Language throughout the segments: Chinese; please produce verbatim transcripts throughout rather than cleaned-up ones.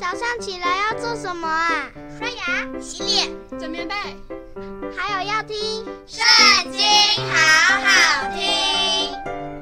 早上起来要做什么啊？ 刷牙、洗脸、 整棉被， 还有要听圣经，好好听。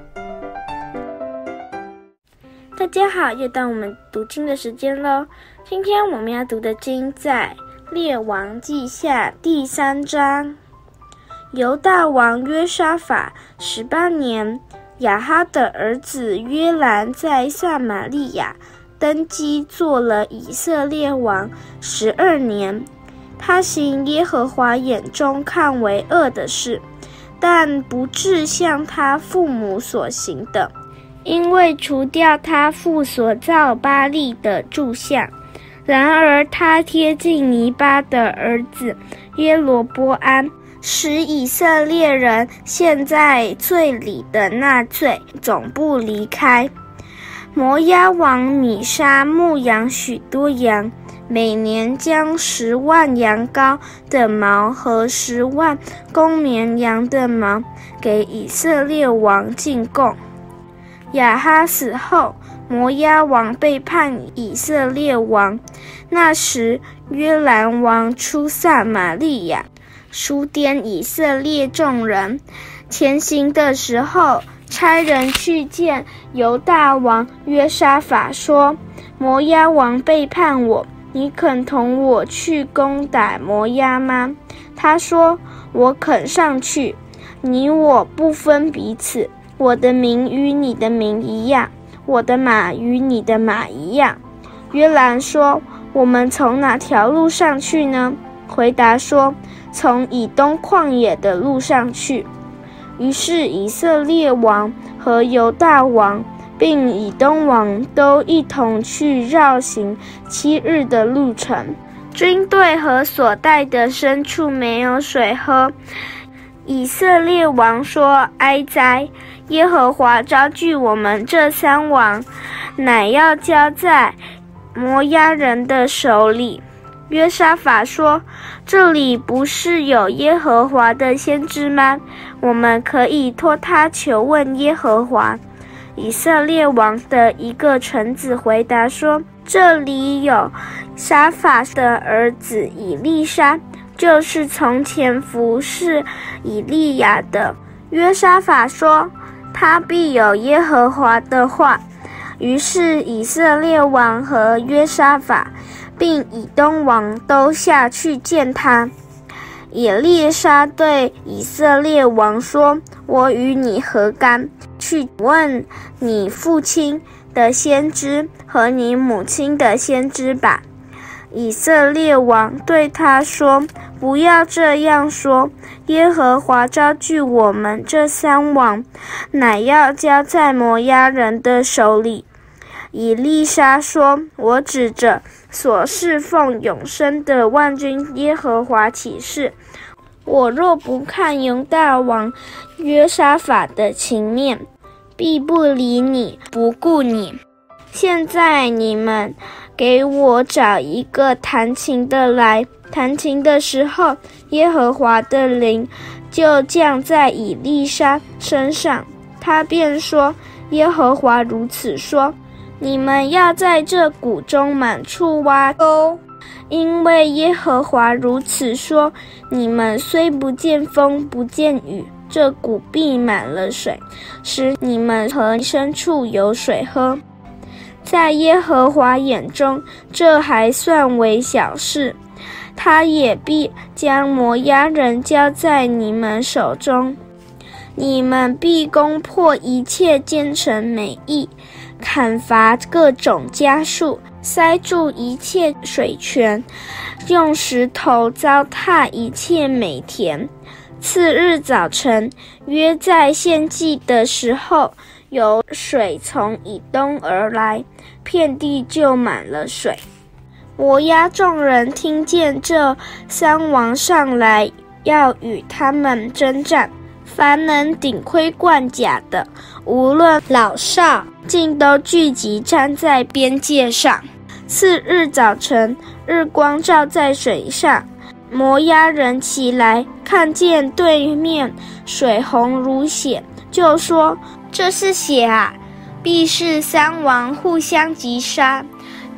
大家好，又到我们读经的时间咯。今天我们要读的经在列王记下第三章。犹大王约沙法十八年，亚哈的儿子约兰在撒玛利亚登基，做了以色列王十二年。他行耶和华眼中看为恶的事，但不致像他父母所行的，因为除掉他父所造巴力的柱像。然而他贴近尼巴的儿子耶罗波安，使以色列人陷在罪里的那罪总不离开。摩押王米沙牧养许多羊，每年将十万羊羔的毛和十万公绵羊的毛给以色列王进贡。亚哈死后，摩押王背叛以色列王。那时约兰王出撒玛利亚，数点以色列众人。前行的时候，差人去见犹大王约沙法，说：摩押王背叛我，你肯同我去攻打摩押吗？他说：我肯上去，你我不分彼此，我的名与你的名一样，我的马与你的马一样。约兰说：我们从哪条路上去呢？回答说：从以东旷野的路上去。于是以色列王和犹大王并以东王都一同去绕行七日的路程。军队和所带的牲畜没有水喝。以色列王说：哀哉！耶和华招聚我们这三王，乃要交在摩押人的手里。约沙法说：这里不是有耶和华的先知吗？我们可以托他求问耶和华。以色列王的一个臣子回答说：这里有沙法的儿子以利沙，就是从前服侍以利亚的。约沙法说：他必有耶和华的话。于是以色列王和约沙法并以东王都下去见他。以利沙对以色列王说：我与你何干？去问你父亲的先知和你母亲的先知吧。以色列王对他说：不要这样说，耶和华招聚我们这三王，乃要交在摩押人的手里。以利沙说：我指着所侍奉永生的万军耶和华起誓，我若不看犹大王约沙法的情面，必不理你，不顾你。现在你们给我找一个弹琴的来。弹琴的时候，耶和华的灵就降在以利沙身上，他便说：耶和华如此说，你们要在这谷中满处挖沟，因为耶和华如此说，你们虽不见风不见雨，这谷必满了水，使你们和牲畜有水喝。在耶和华眼中，这还算为小事，他也必将摩押人交在你们手中。你们必攻破一切坚城美邑，砍伐各种家畜，塞住一切水泉，用石头糟蹋一切美田。次日早晨，约在献祭的时候，有水从以东而来，遍地就满了水。摩押众人听见这三王上来，要与他们征战，凡能顶盔贯甲的，无论老少，尽都聚集站在边界上。次日早晨，日光照在水上，摩押人起来，看见对面水红如血，就说：这是血啊！必是三王互相击杀。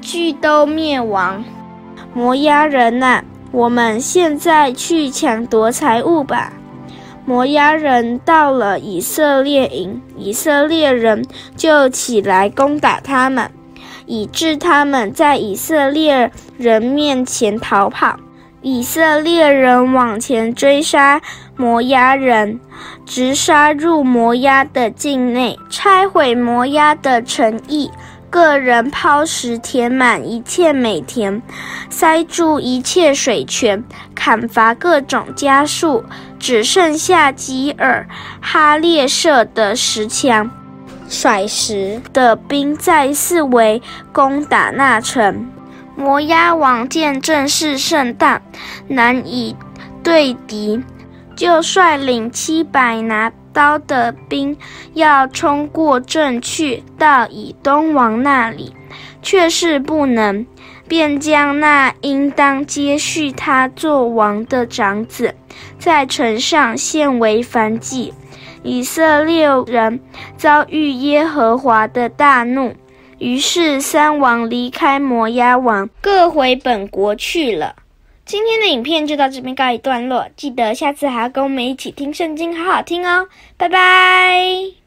俱都灭亡。摩押人啊，我们现在去抢夺财物吧。摩押人到了以色列营，以色列人就起来攻打他们，以致他们在以色列人面前逃跑。以色列人往前追杀摩押人，直杀入摩押的境内，拆毁摩押的城邑，个人抛石填满一切美田，塞住一切水泉，砍伐各种家畜，只剩下吉尔哈列舍的石墙，甩石的兵在四围攻打那城。摩押王见阵势甚大，难以对敌，就率领七百拿刀的兵要冲过阵去，到以东王那里，却是不能，便将那应当接续他做王的长子，在城上献为燔祭。以色列人遭遇耶和华的大怒，于是三王离开摩押王，各回本国去了。今天的影片就到这边告一段落，记得下次还要跟我们一起听圣经，好好听哦，拜拜。